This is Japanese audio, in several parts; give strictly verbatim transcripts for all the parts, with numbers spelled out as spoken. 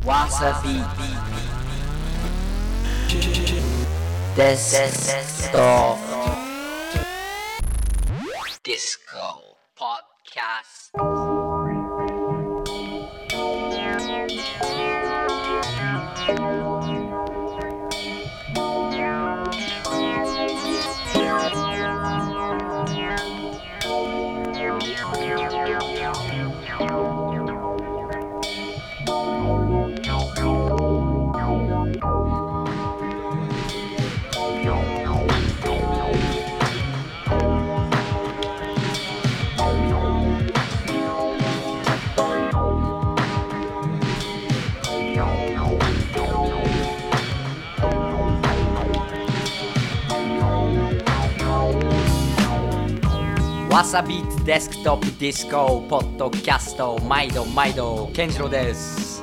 わさびデスクトップディスコポッキャスト。わさびデスクトップディスコポッドキャスト毎度毎度健次郎です。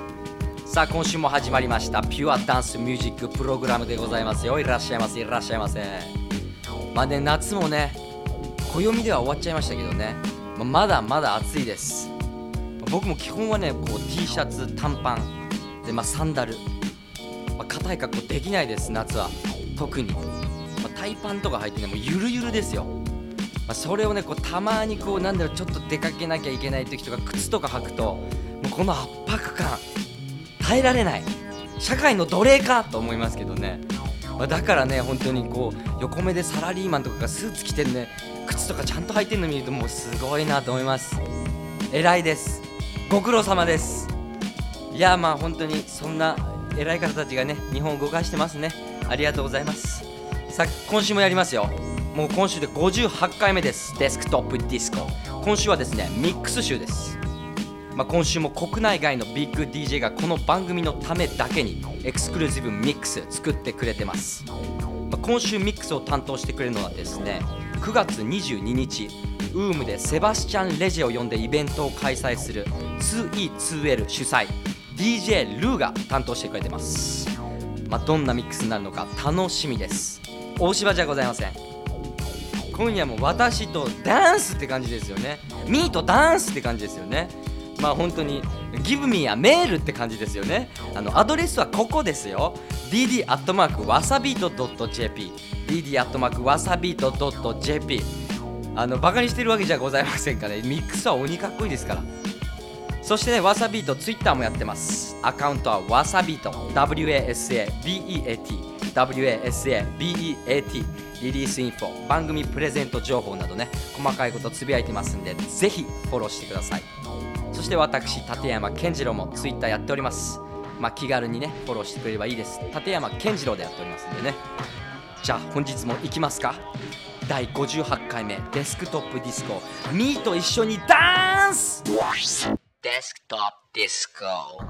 さあ今週も始まりましたピュアダンスミュージックプログラムでございますよ。いらっしゃいませいらっしゃいませ。まあね、夏もね暦では終わっちゃいましたけどね、まあ、まだまだ暑いです。僕も基本はねこう T シャツ短パンで、まあ、サンダル、まあ、硬い格好できないです。夏は特に、まあ、タイパンとか履いてねもうゆるゆるですよ。まあ、それをねこうたまにこうなんだろうちょっと出かけなきゃいけない時とか靴とか履くともうこの圧迫感耐えられない、社会の奴隷かと思いますけどね、まあ、だからね本当にこう横目でサラリーマンとかがスーツ着てるね靴とかちゃんと履いてるの見るともうすごいなと思います。偉いです、ご苦労様です。いやまあ本当にそんな偉い方たちがね日本を動かしてますね。ありがとうございます。さあ今週もやりますよ。もう今週でごじゅうはちかいめです。デスクトップディスコ。今週はですねミックス週です。まあ、今週も国内外のビッグ ディージェー がこの番組のためだけにエクスクルーシブミックス作ってくれてます。まあ、今週ミックスを担当してくれるのはですねくがつにじゅうににちウームでセバスチャン・レジェを呼んでイベントを開催する ツーイーツーエル 主催 ディージェー ルーが担当してくれてます。まあ、どんなミックスになるのか楽しみです。大柴じゃございません。今夜も私とダンスって感じですよね。ミーとダンスって感じですよね。まあ本当に Give me a mail って感じですよね。あのアドレスはここですよ。 ディーディー アットマーク ワサビート ドット ジェーピー ディーディー アットマーク ワサビート ドット ジェーピー。 あのバカにしてるわけじゃございませんかね。ミックスは鬼かっこいいですから。そしてねわさビートツイッターもやってます。アカウントはわさビート ダブリューエーエスエービーイーエーティー ダブリューエーエスエービーイーエーティー リリースインフォ、番組プレゼント情報などね細かいことつぶやいてますんでぜひフォローしてください。そして私立山健次郎もツイッターやっております。まあ気軽にねフォローしてくれればいいです。立山健次郎でやっておりますんでね。じゃあ本日も行きますか。だいごじゅうはちかいめデスクトップディスコ、ミーと一緒にダンス。デスクトップディスコ。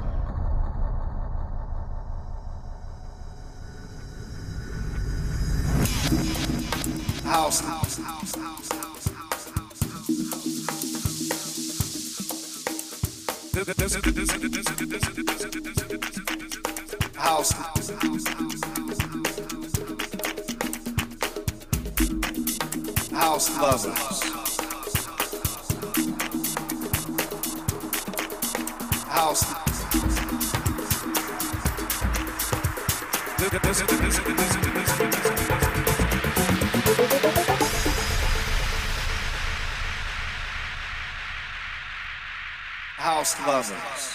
House, house, house, house, house, house, house, house, house, lovers, house. House lovers.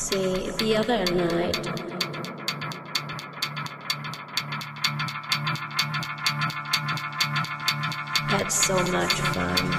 See, the other night, had so much fun.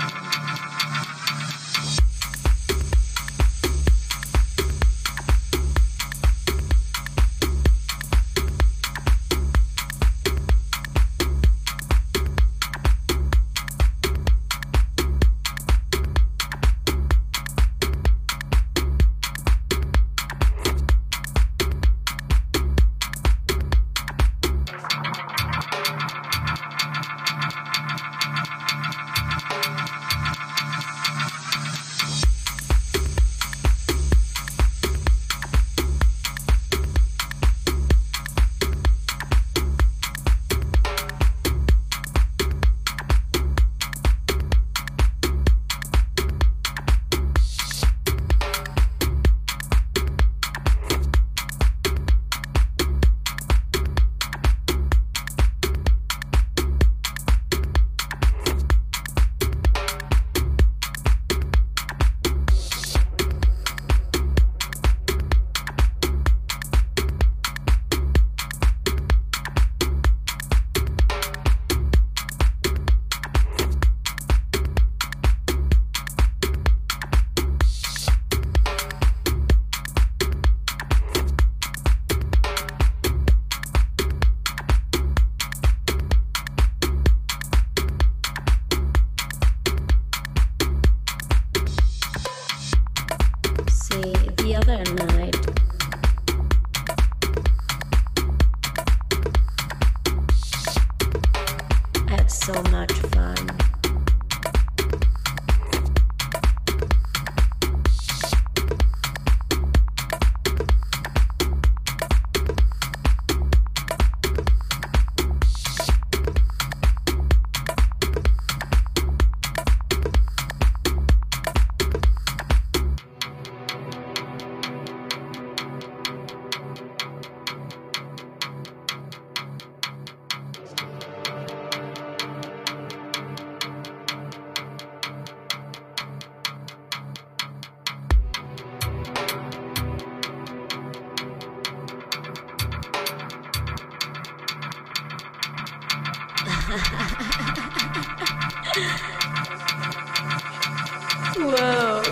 Whoa.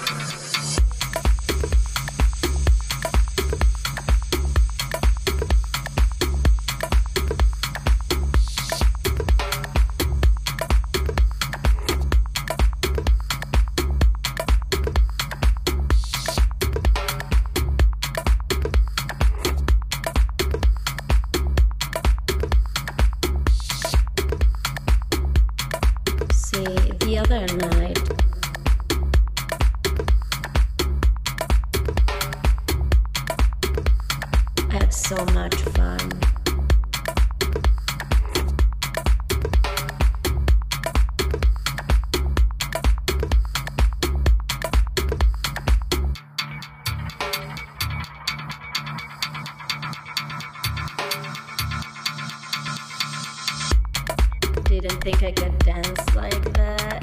The other night, I had so much fun. Didn't think I could dance like that.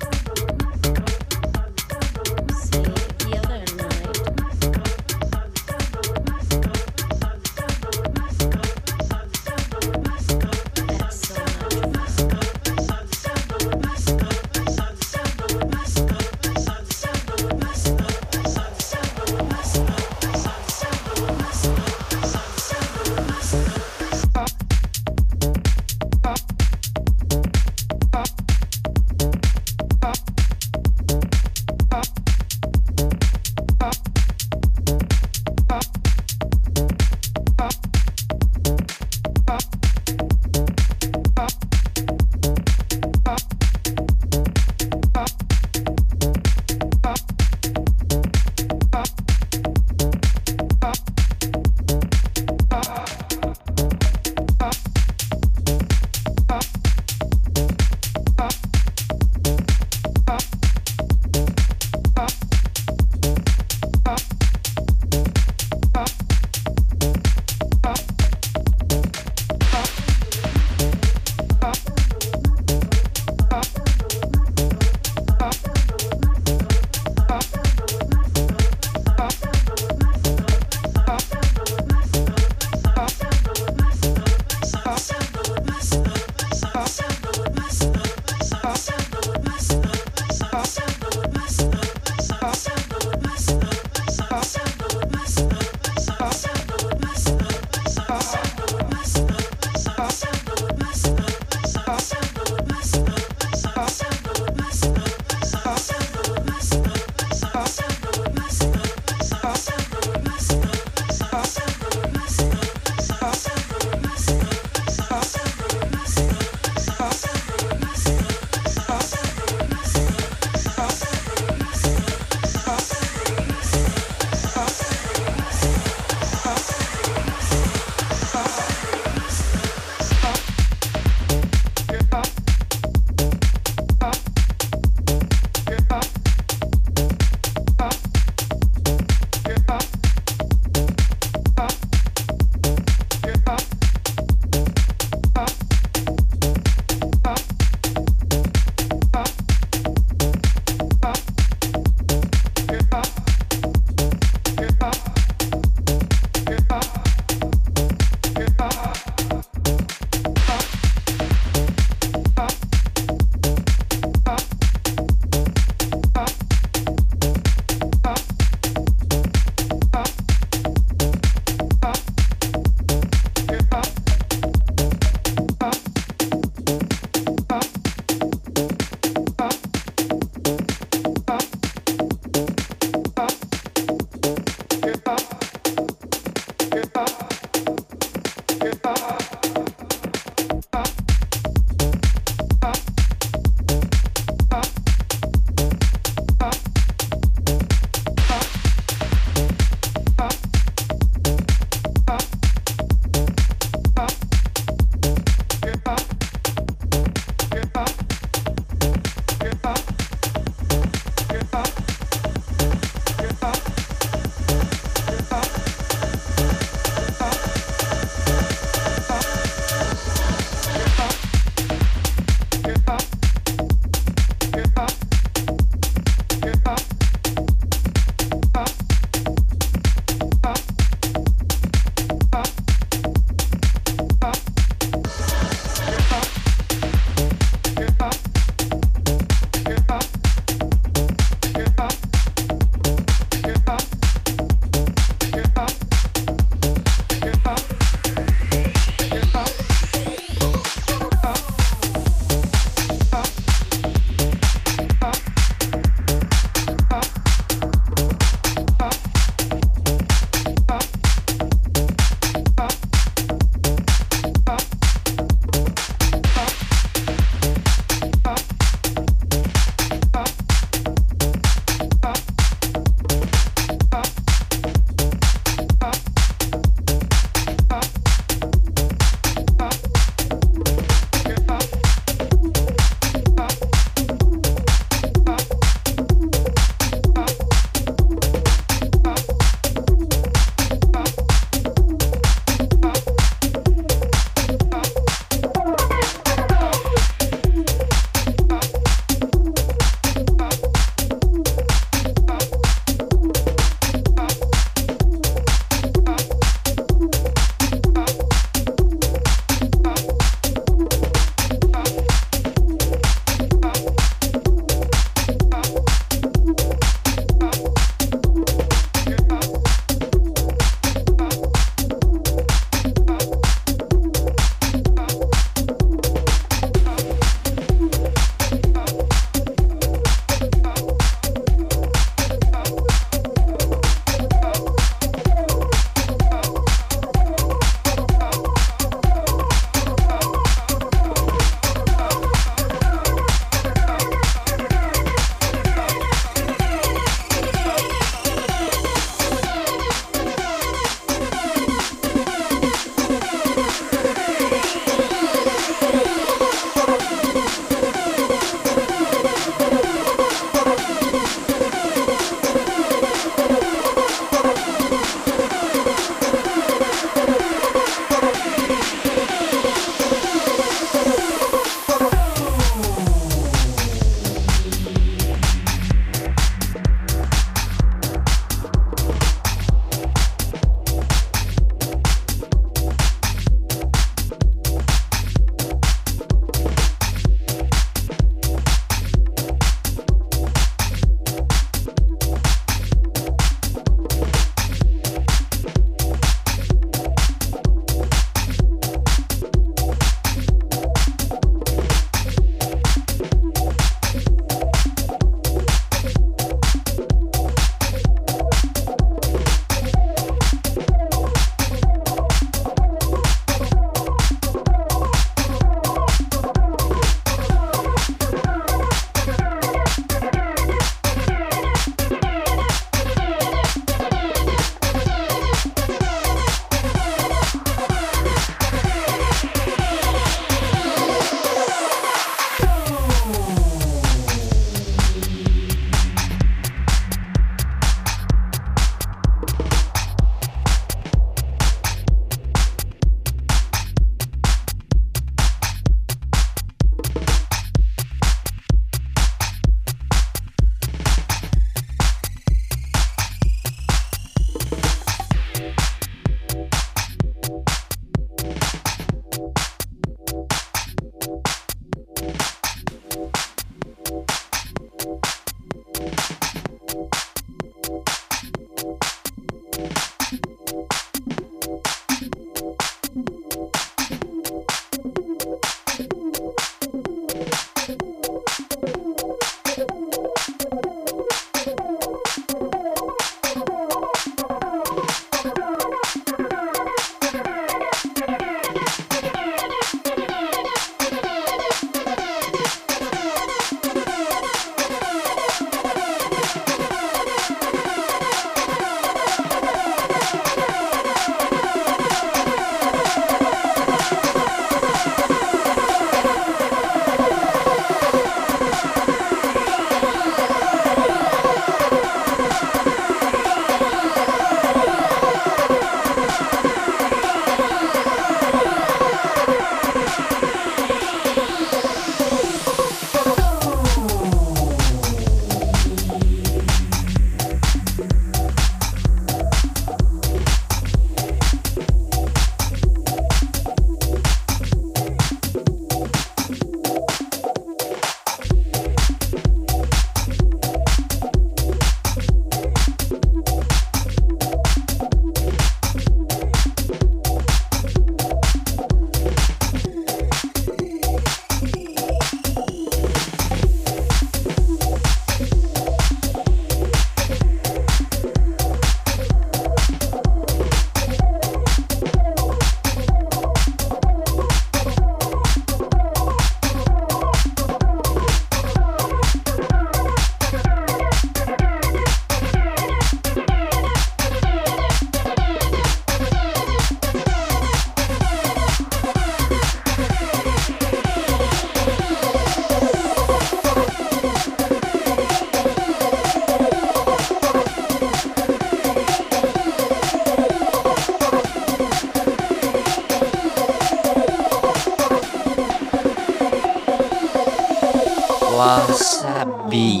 わさび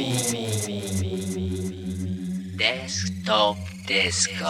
デスクトップディスコ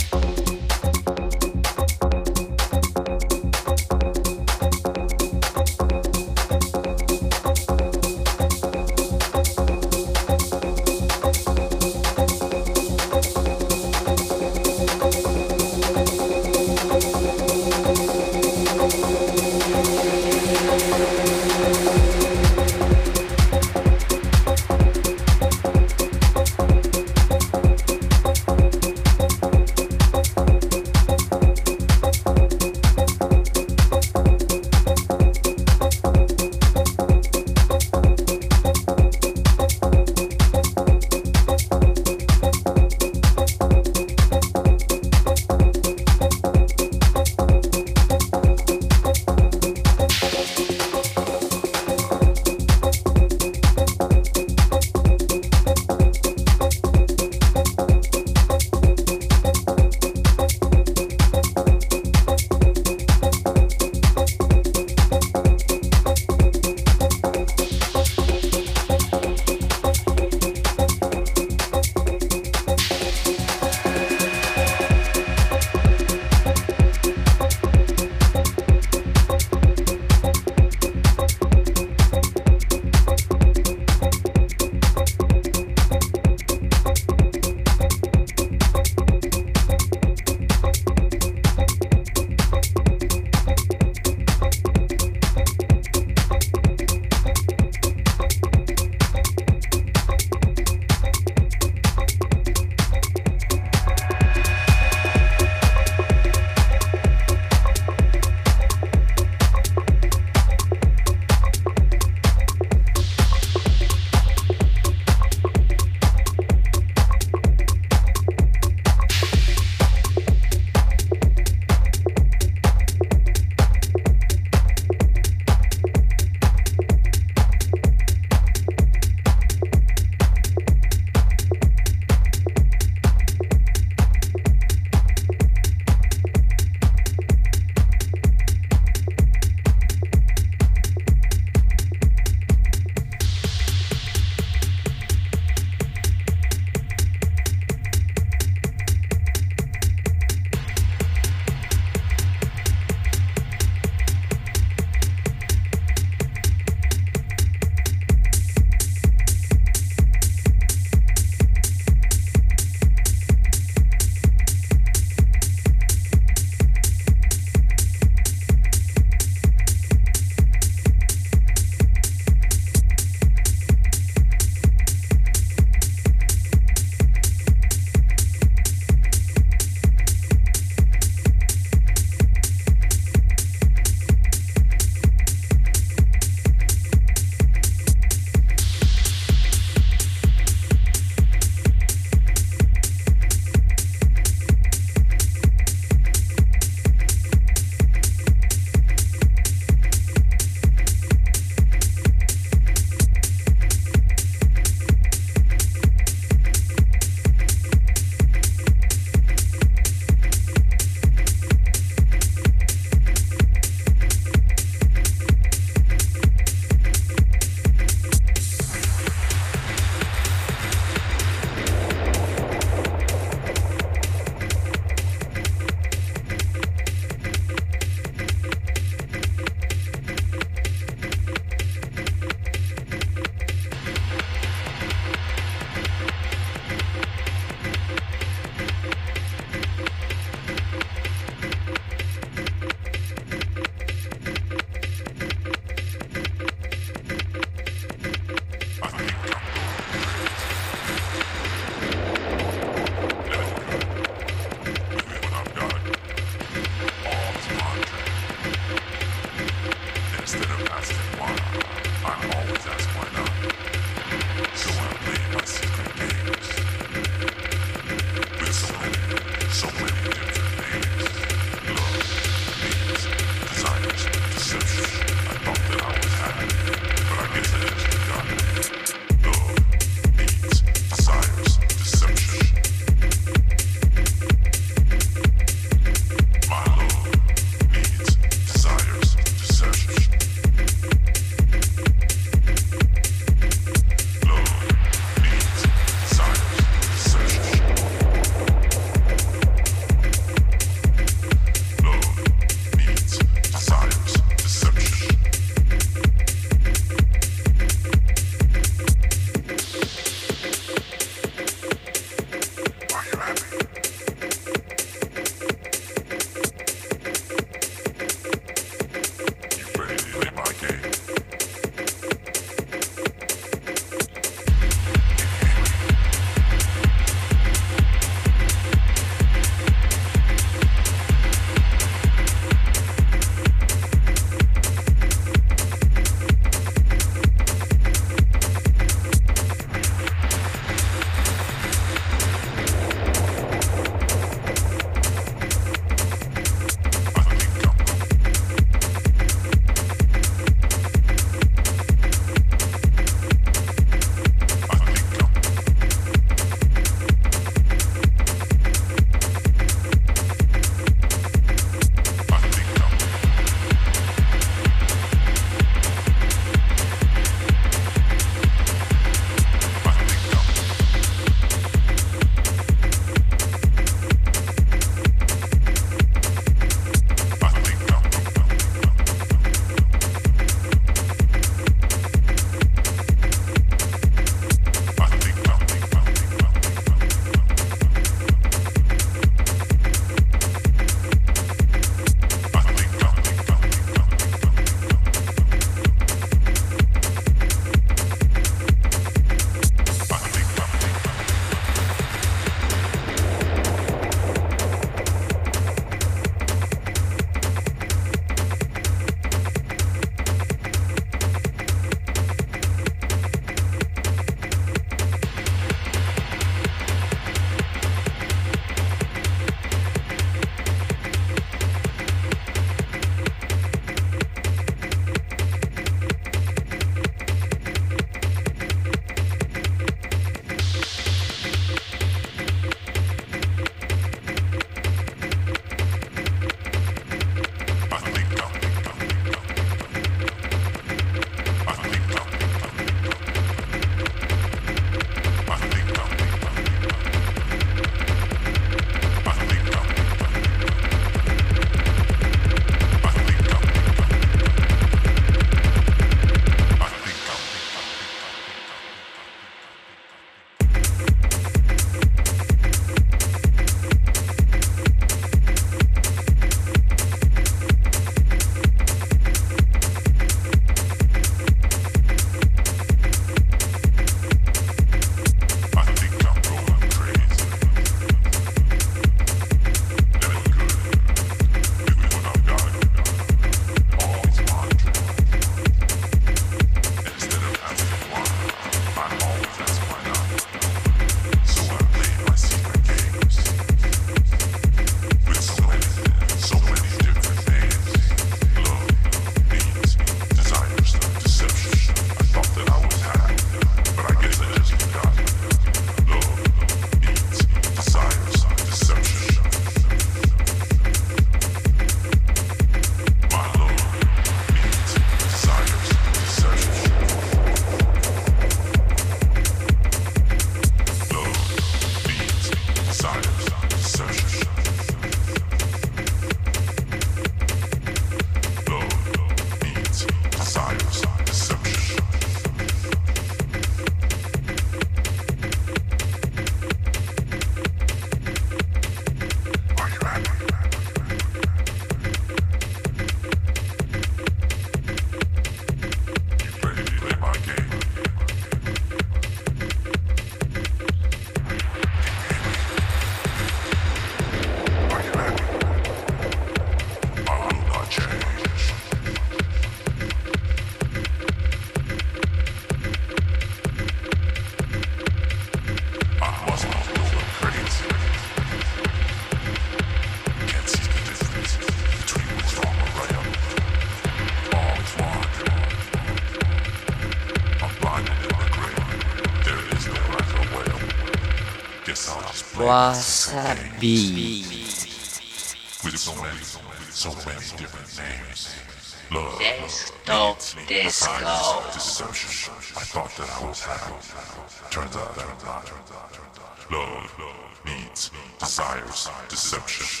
わさび With so many, so many different names. Love, デスクトップディスコ deception. I thought that I was happy. Turns out that I'm not. Love, needs, desires, deception.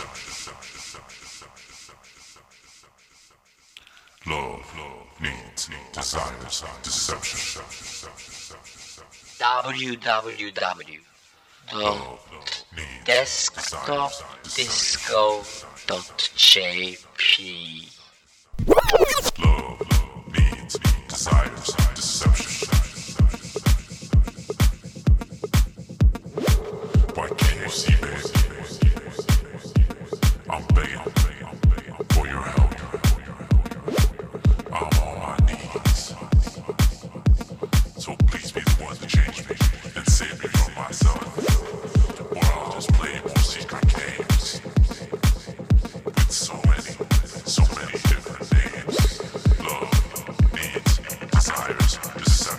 Love, needs, desires, deception. ダブリューダブリューダブリュー Love, needs, デスクトップディスコ .jp Love, needs, desires, deception. Why can't you see, babe? I'm begging for your help. I'm on my knees. So please be the one to change me and save me from myself. Or I'll just play more secret games. With so many, so many different names. Love, needs, desires, deception.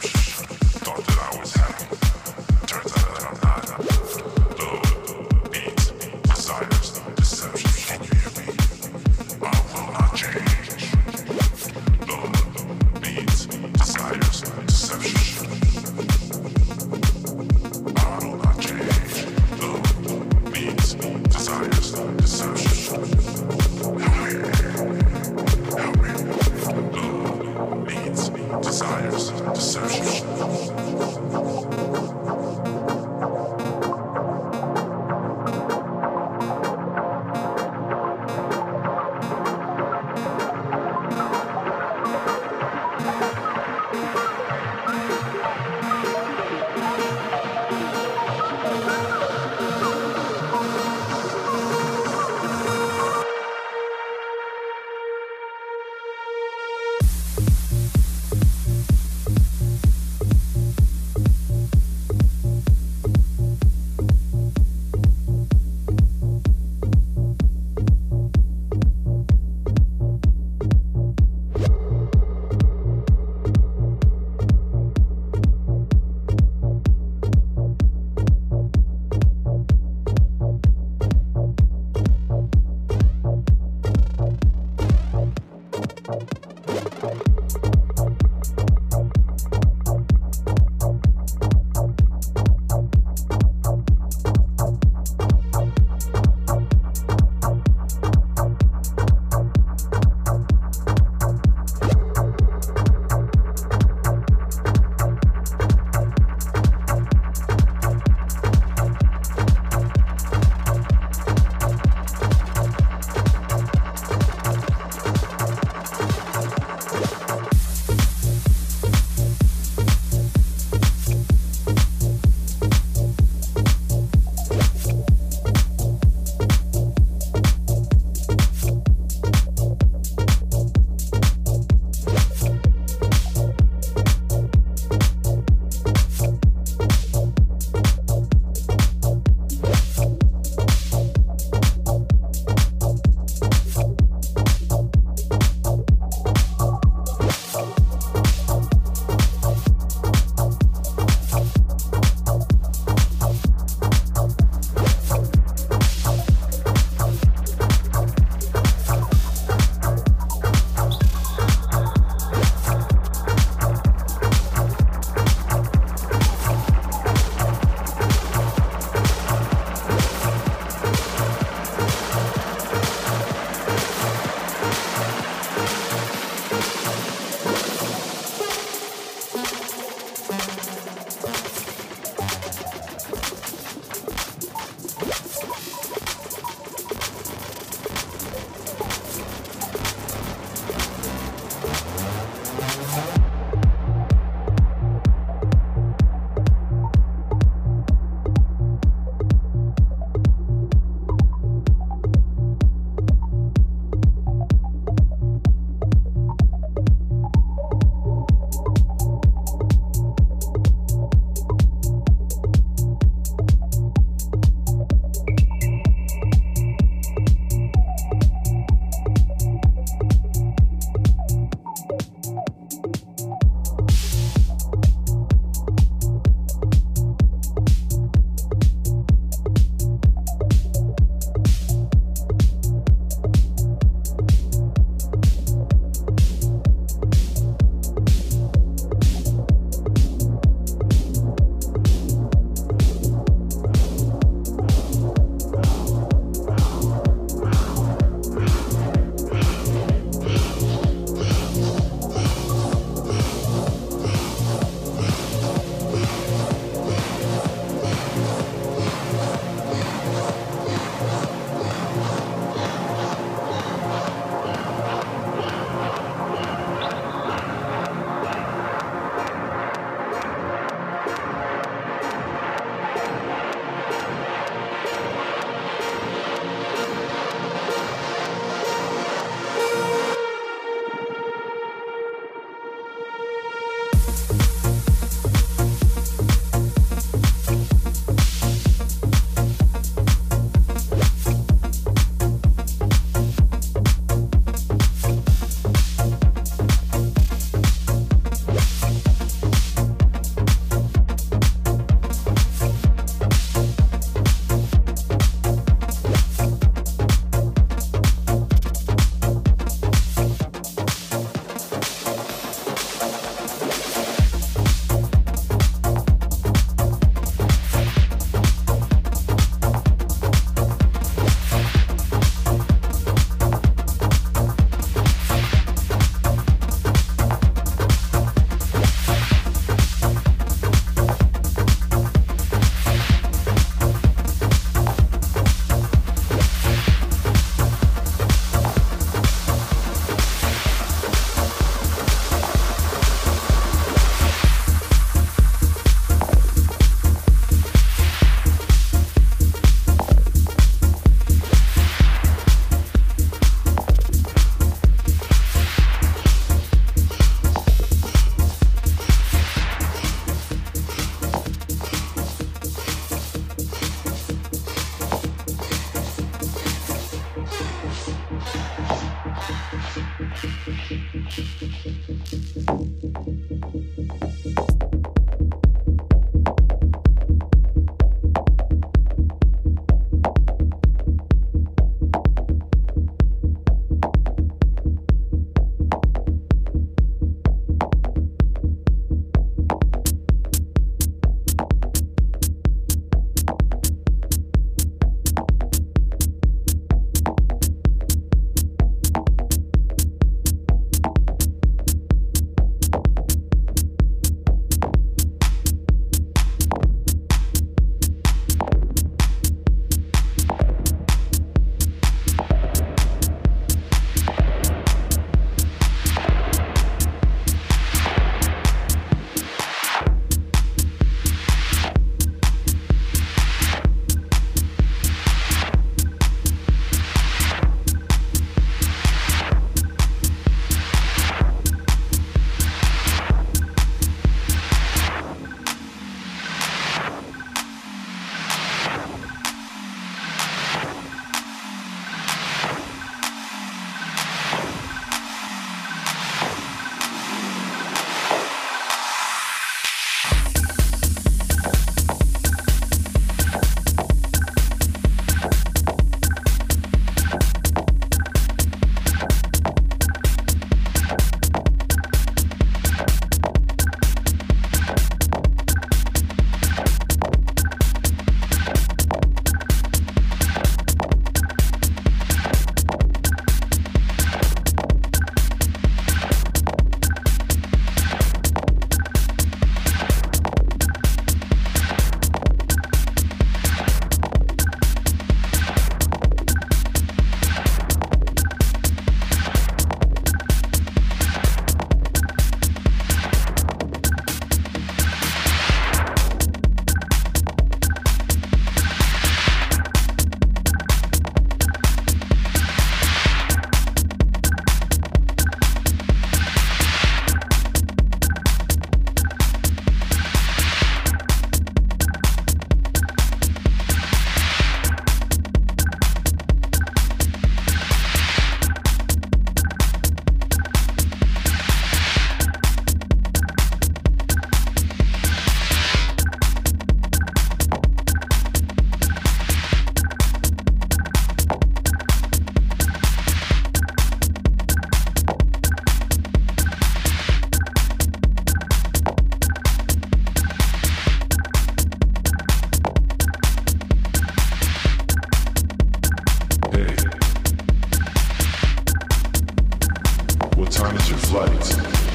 time is your flight?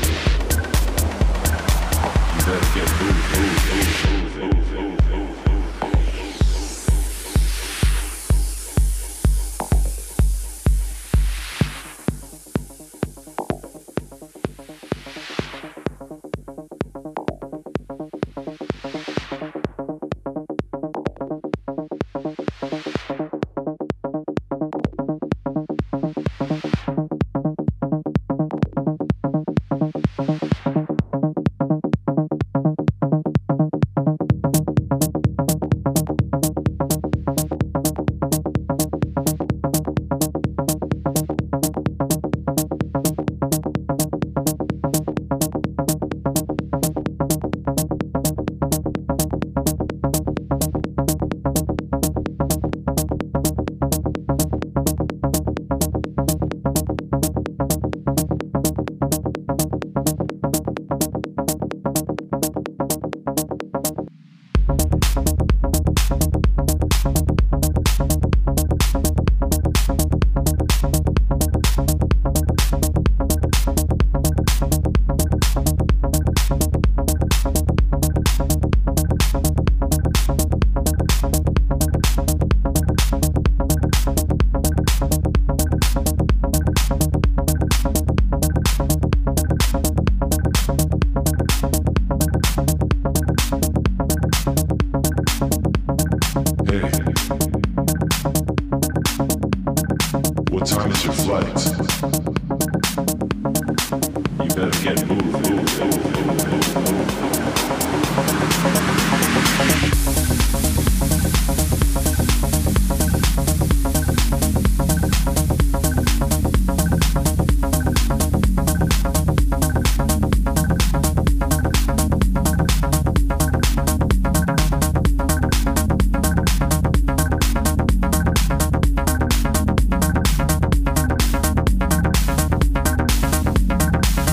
You better get moved, moved, moved, moved, moved, moved, moved. What time is your flight? You better get moved, moved, moved, moved, moved, moved.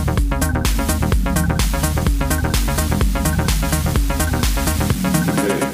Hey.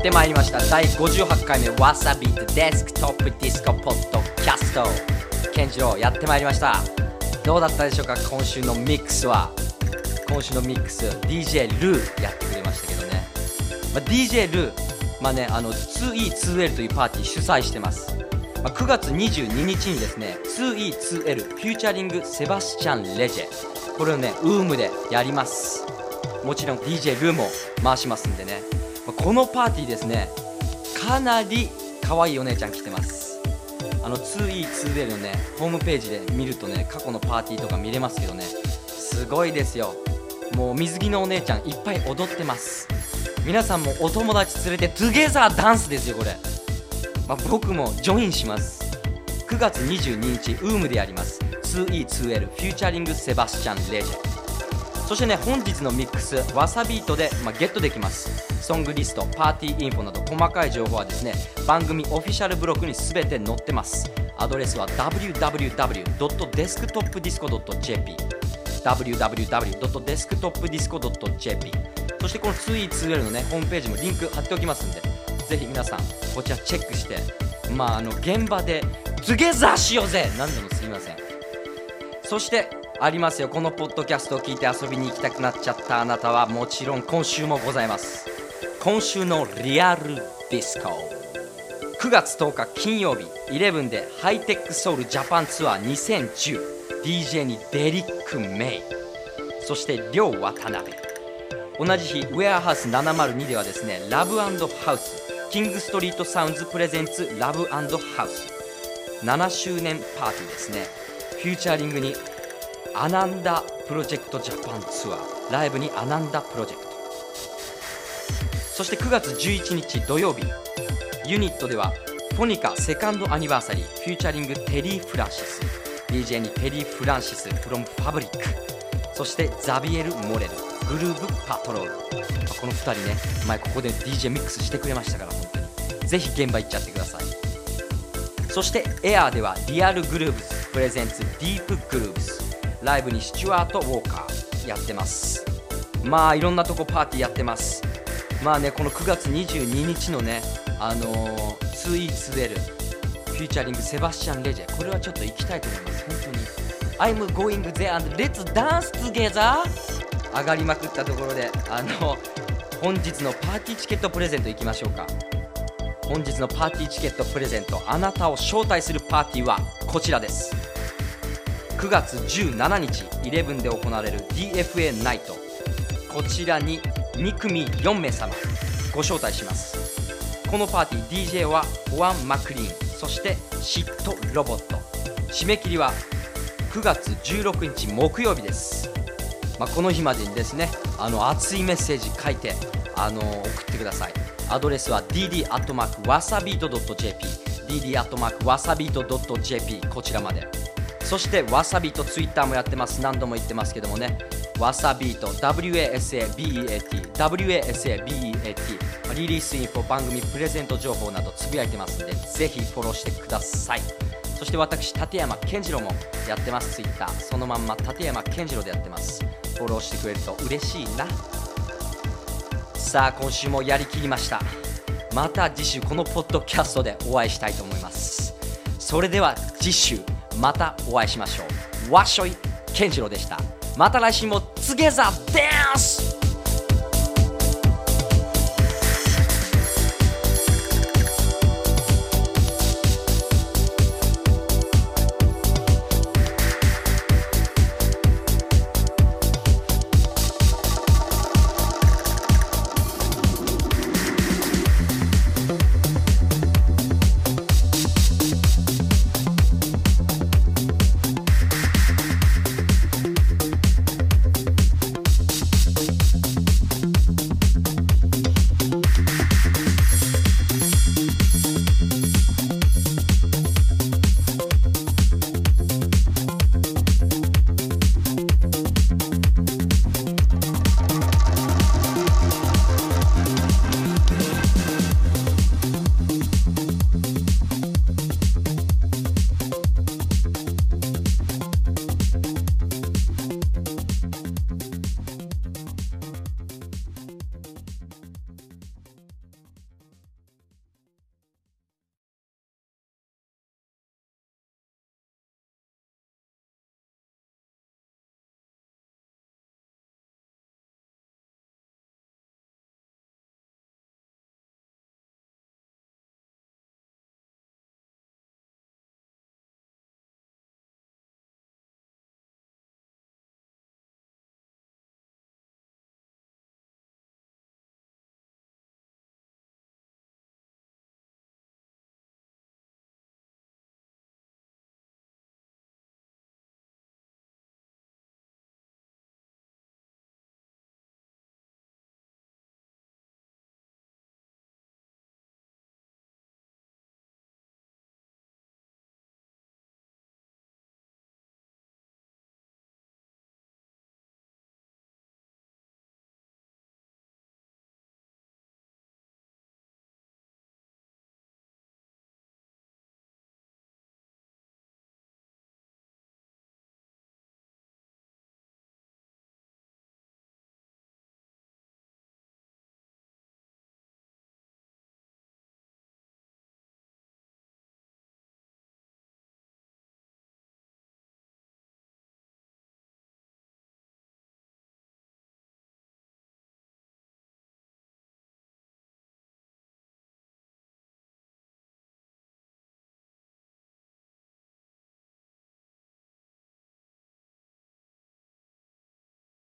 ってまいりました。だいごじゅうはちかいめわさびとデスクトップディスコポッドキャスト、健次郎やってまいりました。どうだったでしょうか。今週のミックスは今週のミックス ディージェー ルーやってくれましたけどね、まあ、ディージェー ルー、まあね、あの ツーイーツーエル というパーティー主催してます。まあ、くがつにじゅうににちにですね ツーイーツーエル フューチャリングセバスチャン・レジェ、これをねウームでやります。もちろん ディージェー ルーも回しますんでね、まあ、このパーティーですね、かなり可愛いお姉ちゃん来てます。あの ツーイーツーエル のねホームページで見るとね、過去のパーティーとか見れますけどね、すごいですよ。もう水着のお姉ちゃんいっぱい踊ってます。皆さんもお友達連れてトゥゲザーダンスですよこれ。まあ、僕もジョインします。くがつにじゅうににちウームでやります。 ツーイーツーエル フューチャリングセバスチャン・レジェ。そしてね、本日のミックスわさビートで、まあ、ゲットできます。ソングリスト、パーティーインフォなど細かい情報はですね、番組オフィシャルブログにすべて載ってます。アドレスは ダブリューダブリューダブリュードットデスクトップディスコドットジェーピー ダブリューダブリューダブリュードットデスクトップディスコドットジェーピー。 そしてこの ツーイーツーエル のねホームページもリンク貼っておきますんで、ぜひ皆さんこちらチェックして、まああの現場でトゥゲザーしようぜ、何でもすいません。そしてありますよ、このポッドキャストを聞いて遊びに行きたくなっちゃったあなたはもちろん今週もございます。今週のリアルディスコ、くがつとおか金曜日じゅういちでハイテックソウルジャパンツアーにせんじゅう、 ディージェー にデリック・メイ、そして両渡辺。同じ日ウェアハウスななまるにではですね、ラブ&ハウスキングストリートサウンズプレゼンツラブ&ハウスななしゅうねんパーティーですね。フューチャリングにアナンダプロジェクトジャパンツアー、ライブにアナンダプロジェクト。そしてくがつじゅういちにち土曜日、ユニットではフォニカセカンドアニバーサリーフューチャリングテリー・フランシス、 ディージェー にテリー・フランシス from ファブリック、そしてザビエル・モレルグルーブ・パトロール。このふたりね、前ここで ディージェー ミックスしてくれましたから、本当にぜひ現場行っちゃってください。そしてエアーではリアルグルーブスプレゼンツディープグルーブス、ライブにスチュワート・ウォーカーやってます。まあいろんなとこパーティーやってます。まあね、このくがつにじゅうににちのね、あのー、ツーイーツーエル フューチャリングセバスチャン・レジェ、これはちょっと行きたいと思います。本当に I'm going there and let's dance together 上がりまくったところで、あの本日のパーティーチケットプレゼントいきましょうか。本日のパーティーチケットプレゼント、あなたを招待するパーティーはこちらです。くがつじゅうしちにちじゅういちで行われる ディーエフエー ナイト、こちらににくみよんめいさまご招待します。このパーティー ディージェー はホアン・マクリーン、そしてシット・ロボット。締め切りはくがつじゅうろくにち木曜日です。まあ、この日までにですね、あの熱いメッセージ書いて、あのー、送ってください。アドレスは ディーディーアットマークワサビートドットジェーピー ディーディーアットマークワサビートドットジェーピー こちらまで。そしてわさビートツイッターもやってます。何度も言ってますけどもね、わさビート ダブリューエーエスエービーイーエーティー ダブリューエーエスエービーイーエーティー リリースインフォ、番組プレゼント情報などつぶやいてますので、ぜひフォローしてください。そして私立山健次郎もやってます。ツイッターそのまんま立山健次郎でやってます。フォローしてくれると嬉しいな。さあ今週もやりきりました。また次週このポッドキャストでお会いしたいと思います。それでは次週またお会いしましょう。わっしょい健次郎でした。また来週もトゥゲザーダンス。